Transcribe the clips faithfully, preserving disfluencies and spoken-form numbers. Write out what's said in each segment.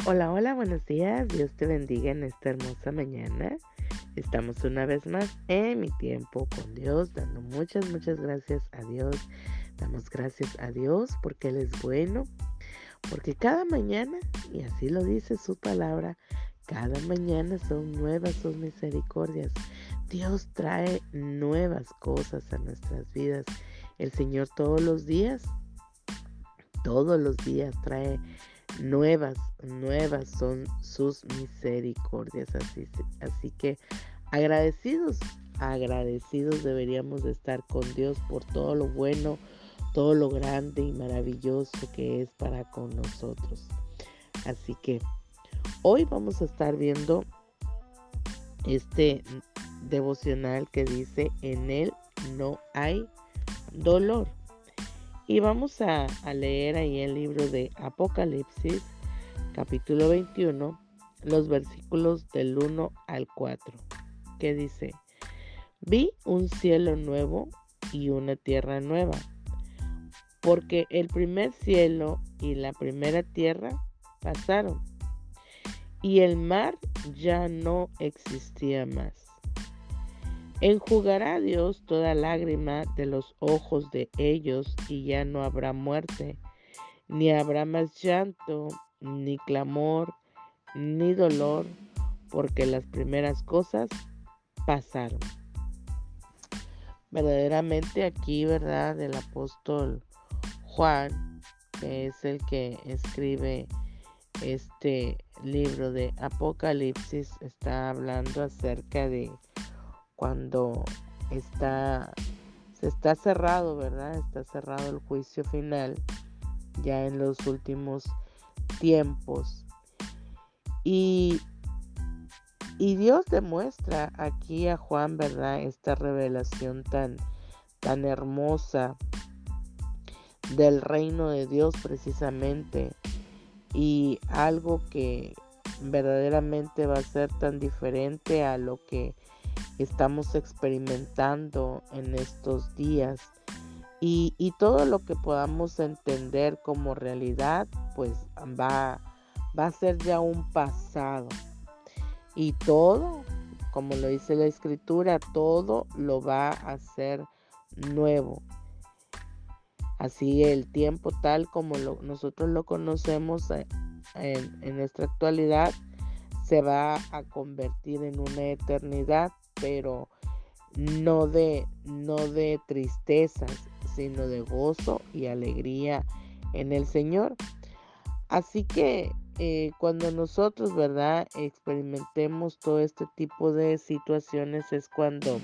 Hola, hola, buenos días. Dios te bendiga en esta hermosa mañana. Estamos una vez más en mi tiempo con Dios, dando muchas, muchas gracias a Dios. Damos gracias a Dios porque Él es bueno, porque cada mañana, y así lo dice su palabra, cada mañana son nuevas sus misericordias. Dios trae nuevas cosas a nuestras vidas. El Señor todos los días, todos los días trae nuevas, nuevas son sus misericordias. Así, así que agradecidos, agradecidos deberíamos de estar con Dios por todo lo bueno, todo lo grande y maravilloso que es para con nosotros. Así que hoy vamos a estar viendo este devocional que dice: en él no hay dolor. Y vamos a, a leer ahí el libro de Apocalipsis, capítulo veintiuno, los versículos del uno al cuatro, que dice: vi un cielo nuevo y una tierra nueva, porque el primer cielo y la primera tierra pasaron, y el mar ya no existía más. Enjugará Dios toda lágrima de los ojos de ellos, y ya no habrá muerte, ni habrá más llanto, ni clamor, ni dolor, porque las primeras cosas pasaron. Verdaderamente aquí, ¿verdad? El apóstol Juan, que es el que escribe este libro de Apocalipsis, está hablando acerca de cuando está, se está cerrado, ¿verdad? Está cerrado el juicio final, ya en los últimos tiempos. Y, y Dios demuestra aquí a Juan, ¿verdad? Esta revelación tan, tan hermosa del reino de Dios precisamente. Y algo que verdaderamente va a ser tan diferente a lo que estamos experimentando en estos días. Y, y todo lo que podamos entender como realidad, pues va, va a ser ya un pasado. Y todo, como lo dice la escritura, todo lo va a hacer nuevo. Así el tiempo tal como lo, nosotros lo conocemos en, en nuestra actualidad se va a convertir en una eternidad, pero no de, no de tristezas, sino de gozo y alegría en el Señor. Así que eh, cuando nosotros, ¿verdad?, experimentemos todo este tipo de situaciones, es cuando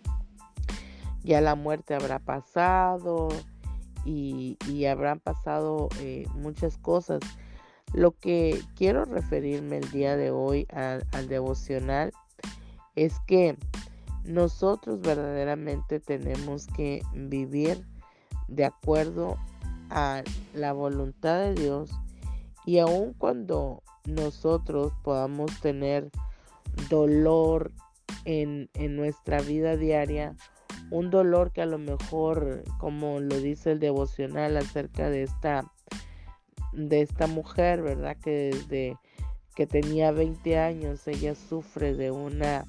ya la muerte habrá pasado y, y habrán pasado eh, muchas cosas. Lo que quiero referirme el día de hoy al, al devocional es que nosotros verdaderamente tenemos que vivir de acuerdo a la voluntad de Dios, y aun cuando nosotros podamos tener dolor en, en nuestra vida diaria, un dolor que a lo mejor, como lo dice el devocional acerca de esta, de esta mujer, ¿verdad? Que desde que tenía veinte años ella sufre de una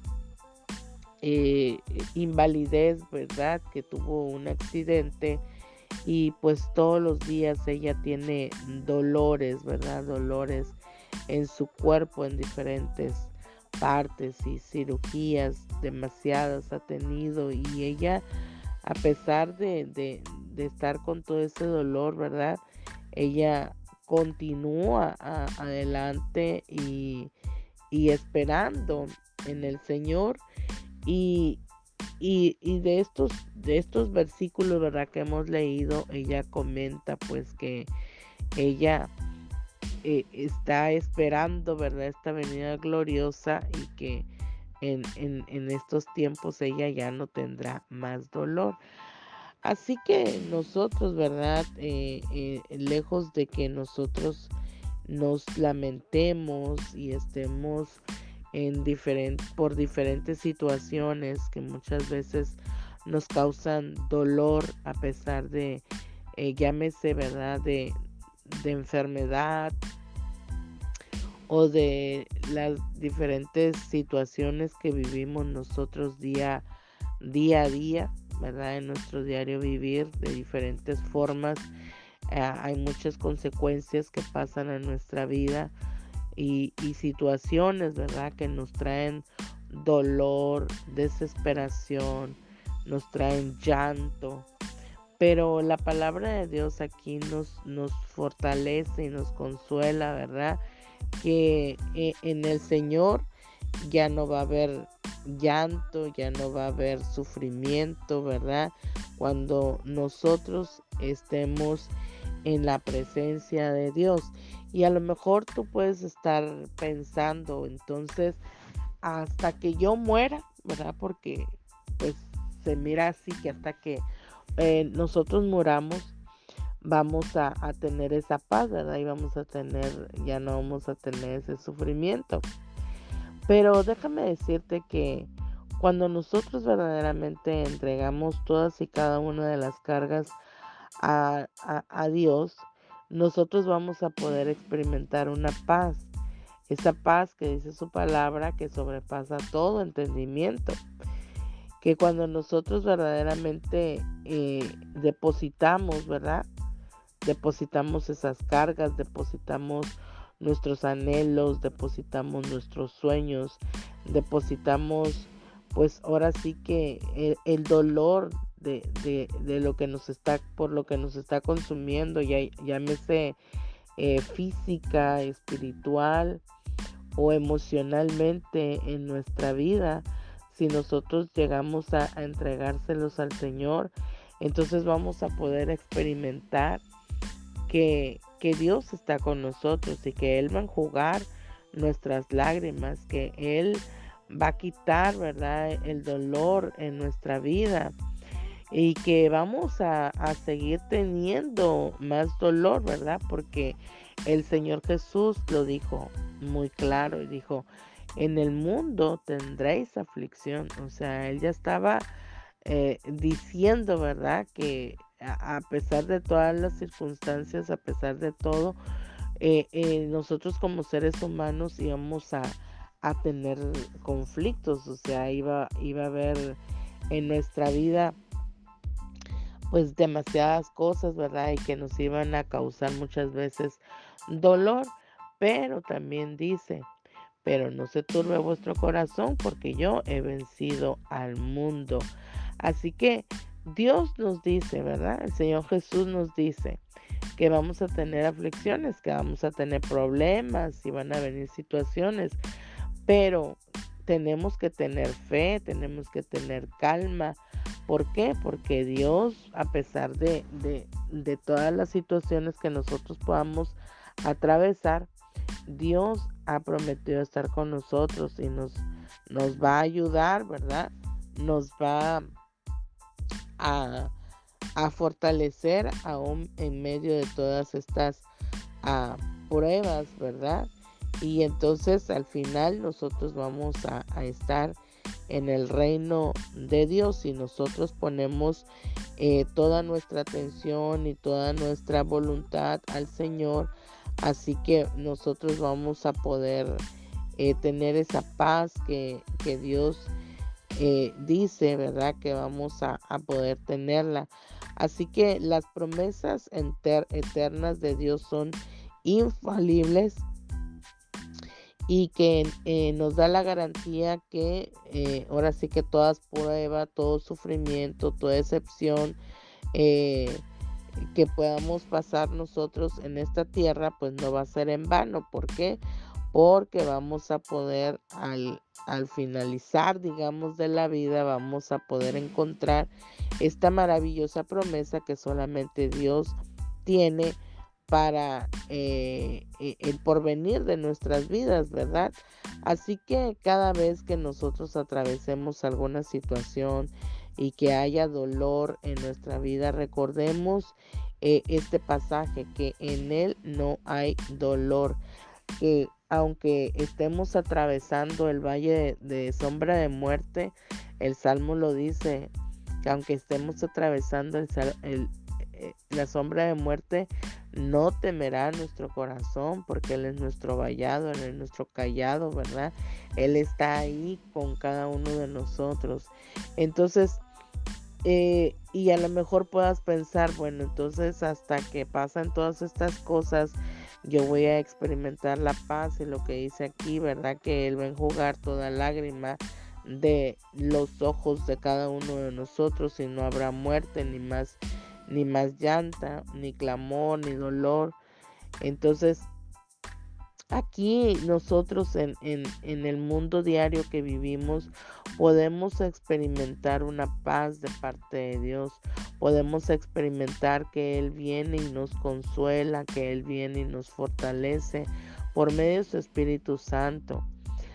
eh, invalidez, ¿verdad? Que tuvo un accidente y pues todos los días ella tiene dolores, ¿verdad? Dolores en su cuerpo en diferentes partes y cirugías demasiadas ha tenido, y ella, a pesar de, de, de estar con todo ese dolor, ¿verdad? Ella continúa a, adelante y, y esperando en el Señor. Y, y, y de estos, de estos versículos, ¿verdad?, que hemos leído, ella comenta pues que ella eh, está esperando, ¿verdad?, esta venida gloriosa, y que en, en, en estos tiempos ella ya no tendrá más dolor. Así que nosotros, ¿verdad?, eh, eh, lejos de que nosotros nos lamentemos y estemos en diferent, por diferentes situaciones que muchas veces nos causan dolor, a pesar de, eh, llámese, ¿verdad?, de, de enfermedad, o de las diferentes situaciones que vivimos nosotros día, día a día, ¿verdad? En nuestro diario vivir de diferentes formas. Eh, hay muchas consecuencias que pasan en nuestra vida y, y situaciones, ¿verdad? Que nos traen dolor, desesperación, nos traen llanto. Pero la palabra de Dios aquí nos, nos fortalece y nos consuela, ¿verdad? Que eh, en el Señor ya no va a haber llanto, ya no va a haber sufrimiento, ¿verdad? Cuando nosotros estemos en la presencia de Dios. Y a lo mejor tú puedes estar pensando, entonces, hasta que yo muera, ¿verdad? Porque pues se mira así que hasta que eh, nosotros muramos, vamos a, a tener esa paz, ¿verdad? Y vamos a tener, ya no vamos a tener ese sufrimiento. Pero déjame decirte que cuando nosotros verdaderamente entregamos todas y cada una de las cargas a, a, a Dios, nosotros vamos a poder experimentar una paz. Esa paz que dice su palabra que sobrepasa todo entendimiento. Que cuando nosotros verdaderamente eh, depositamos, ¿verdad? Depositamos esas cargas, depositamos nuestros anhelos, depositamos nuestros sueños, depositamos, pues ahora sí que el, el dolor de, de, de lo que nos está, por lo que nos está consumiendo, ya, llámese eh, física, espiritual o emocionalmente en nuestra vida. Si nosotros llegamos a, a entregárselos al Señor, entonces vamos a poder experimentar que, que Dios está con nosotros y que Él va a enjugar nuestras lágrimas, que Él va a quitar, ¿verdad?, el dolor en nuestra vida y que vamos a, a seguir teniendo más dolor, ¿verdad? Porque el Señor Jesús lo dijo muy claro y dijo, en el mundo tendréis aflicción. O sea, Él ya estaba eh, diciendo, ¿verdad?, que a, a pesar de todas las circunstancias, a pesar de todo, eh, eh, nosotros como seres humanos íbamos a, a tener conflictos. O sea, iba, iba a haber en nuestra vida pues demasiadas cosas, ¿verdad? Y que nos iban a causar muchas veces dolor, pero también dice, pero no se turbe vuestro corazón porque yo he vencido al mundo. Así que Dios nos dice, ¿verdad? El Señor Jesús nos dice que vamos a tener aflicciones, que vamos a tener problemas y van a venir situaciones, pero tenemos que tener fe, tenemos que tener calma. ¿Por qué? Porque Dios, a pesar de, de, de todas las situaciones que nosotros podamos atravesar, Dios ha prometido estar con nosotros y nos, nos va a ayudar, ¿verdad? Nos va a, a fortalecer aún en medio de todas estas uh, pruebas, ¿verdad? Y entonces al final nosotros vamos a, a estar en el reino de Dios si nosotros ponemos eh, toda nuestra atención y toda nuestra voluntad al Señor. Así que nosotros vamos a poder eh, tener esa paz que, que Dios eh, dice, ¿verdad? Que vamos a, a poder tenerla. Así que las promesas enter- eternas de Dios son infalibles y que eh, nos da la garantía que eh, ahora sí que todas pruebas, todo sufrimiento, toda excepción eh, que podamos pasar nosotros en esta tierra, pues no va a ser en vano. ¿Por qué? Porque vamos a poder al, al finalizar, digamos, de la vida, vamos a poder encontrar esta maravillosa promesa que solamente Dios tiene para eh, el porvenir de nuestras vidas, ¿verdad? Así que cada vez que nosotros atravesemos alguna situación y que haya dolor en nuestra vida, recordemos eh, este pasaje, que en él no hay dolor, que aunque estemos atravesando el valle de, de sombra de muerte, el Salmo lo dice, que aunque estemos atravesando el, el eh, la sombra de muerte no temerá nuestro corazón, porque Él es nuestro vallado, Él es nuestro cayado, ¿verdad? Él está ahí con cada uno de nosotros. Entonces, eh, y a lo mejor puedas pensar, bueno, entonces hasta que pasan todas estas cosas, yo voy a experimentar la paz, y lo que dice aquí, ¿verdad? Que Él va a enjugar toda lágrima de los ojos de cada uno de nosotros, y no habrá muerte, ni más, ni más llanta, ni clamor, ni dolor. Entonces, aquí nosotros en, en, en el mundo diario que vivimos podemos experimentar una paz de parte de Dios. Podemos experimentar que Él viene y nos consuela, que Él viene y nos fortalece por medio de su Espíritu Santo.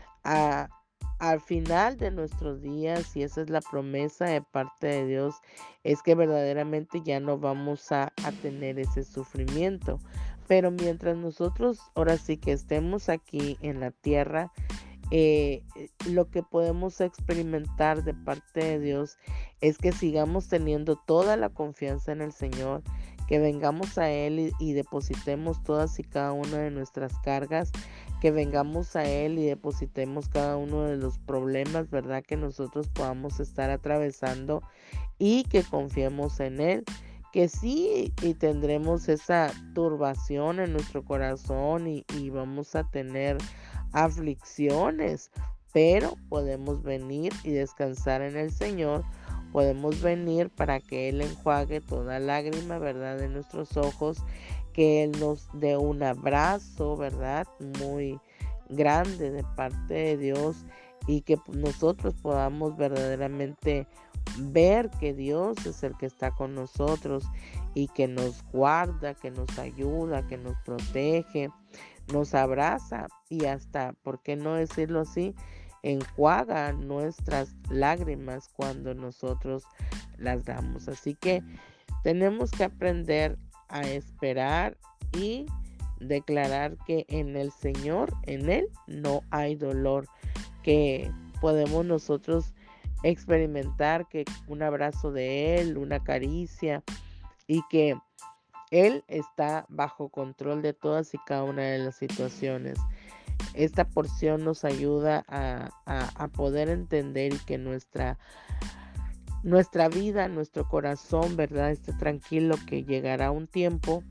A, al final de nuestros días, y esa es la promesa de parte de Dios, es que verdaderamente ya no vamos a, a tener ese sufrimiento. Pero mientras nosotros ahora sí que estemos aquí en la tierra, eh, lo que podemos experimentar de parte de Dios es que sigamos teniendo toda la confianza en el Señor, que vengamos a Él y, y depositemos todas y cada una de nuestras cargas, que vengamos a Él y depositemos cada uno de los problemas, ¿verdad?, que nosotros podamos estar atravesando, y que confiemos en Él. Que sí, y tendremos esa turbación en nuestro corazón, y, y vamos a tener aflicciones, pero podemos venir y descansar en el Señor. Podemos venir para que Él enjuague toda lágrima, ¿verdad?, de nuestros ojos, que Él nos dé un abrazo, ¿verdad?, muy grande de parte de Dios, y que nosotros podamos verdaderamente ver que Dios es el que está con nosotros, y que nos guarda, que nos ayuda, que nos protege, nos abraza, y hasta, ¿por qué no decirlo así?, enjuaga nuestras lágrimas cuando nosotros las damos. Así que tenemos que aprender a esperar y declarar que en el Señor, en Él no hay dolor, que podemos nosotros experimentar que un abrazo de Él, una caricia, y que Él está bajo control de todas y cada una de las situaciones. Esta porción nos ayuda a, a, a poder entender, y que nuestra, nuestra vida, nuestro corazón, ¿verdad?, esté tranquilo, que llegará un tiempo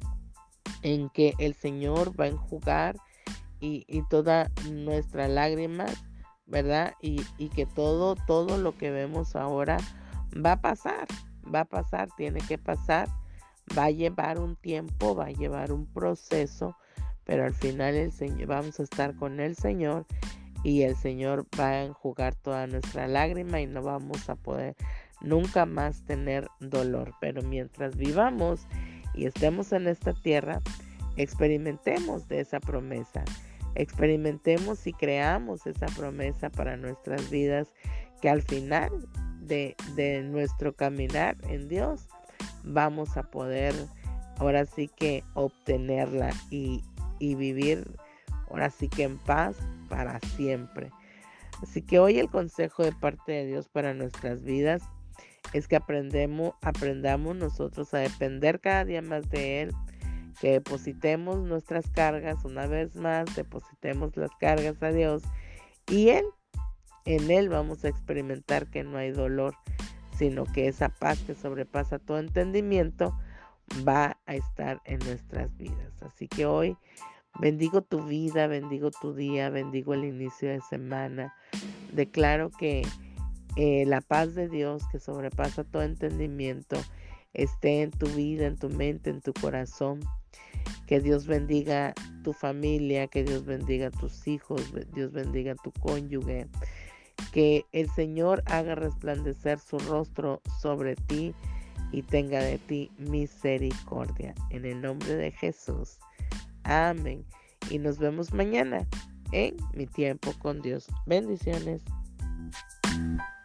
en que el Señor va a enjugar y, y toda nuestra lágrima, ¿verdad? Y, y que todo, todo lo que vemos ahora va a pasar, va a pasar, tiene que pasar, va a llevar un tiempo, va a llevar un proceso, pero al final el Señor, vamos a estar con el Señor, y el Señor va a enjugar toda nuestra lágrima, y no vamos a poder nunca más tener dolor. Pero mientras vivamos y estemos en esta tierra, experimentemos de esa promesa. Experimentemos y creamos esa promesa para nuestras vidas, que al final de, de nuestro caminar en Dios vamos a poder ahora sí que obtenerla, y, y vivir ahora sí que en paz para siempre. Así que hoy el consejo de parte de Dios para nuestras vidas es que aprendemos, aprendamos nosotros a depender cada día más de Él, que depositemos nuestras cargas una vez más, depositemos las cargas a Dios, y Él, en Él vamos a experimentar que no hay dolor, sino que esa paz que sobrepasa todo entendimiento va a estar en nuestras vidas. Así que hoy bendigo tu vida, bendigo tu día, bendigo el inicio de semana. Declaro que eh, la paz de Dios que sobrepasa todo entendimiento esté en tu vida, en tu mente, en tu corazón. Que Dios bendiga tu familia, que Dios bendiga a tus hijos, Dios bendiga a tu cónyuge. Que el Señor haga resplandecer su rostro sobre ti y tenga de ti misericordia. En el nombre de Jesús. Amén. Y nos vemos mañana en Mi Tiempo con Dios. Bendiciones.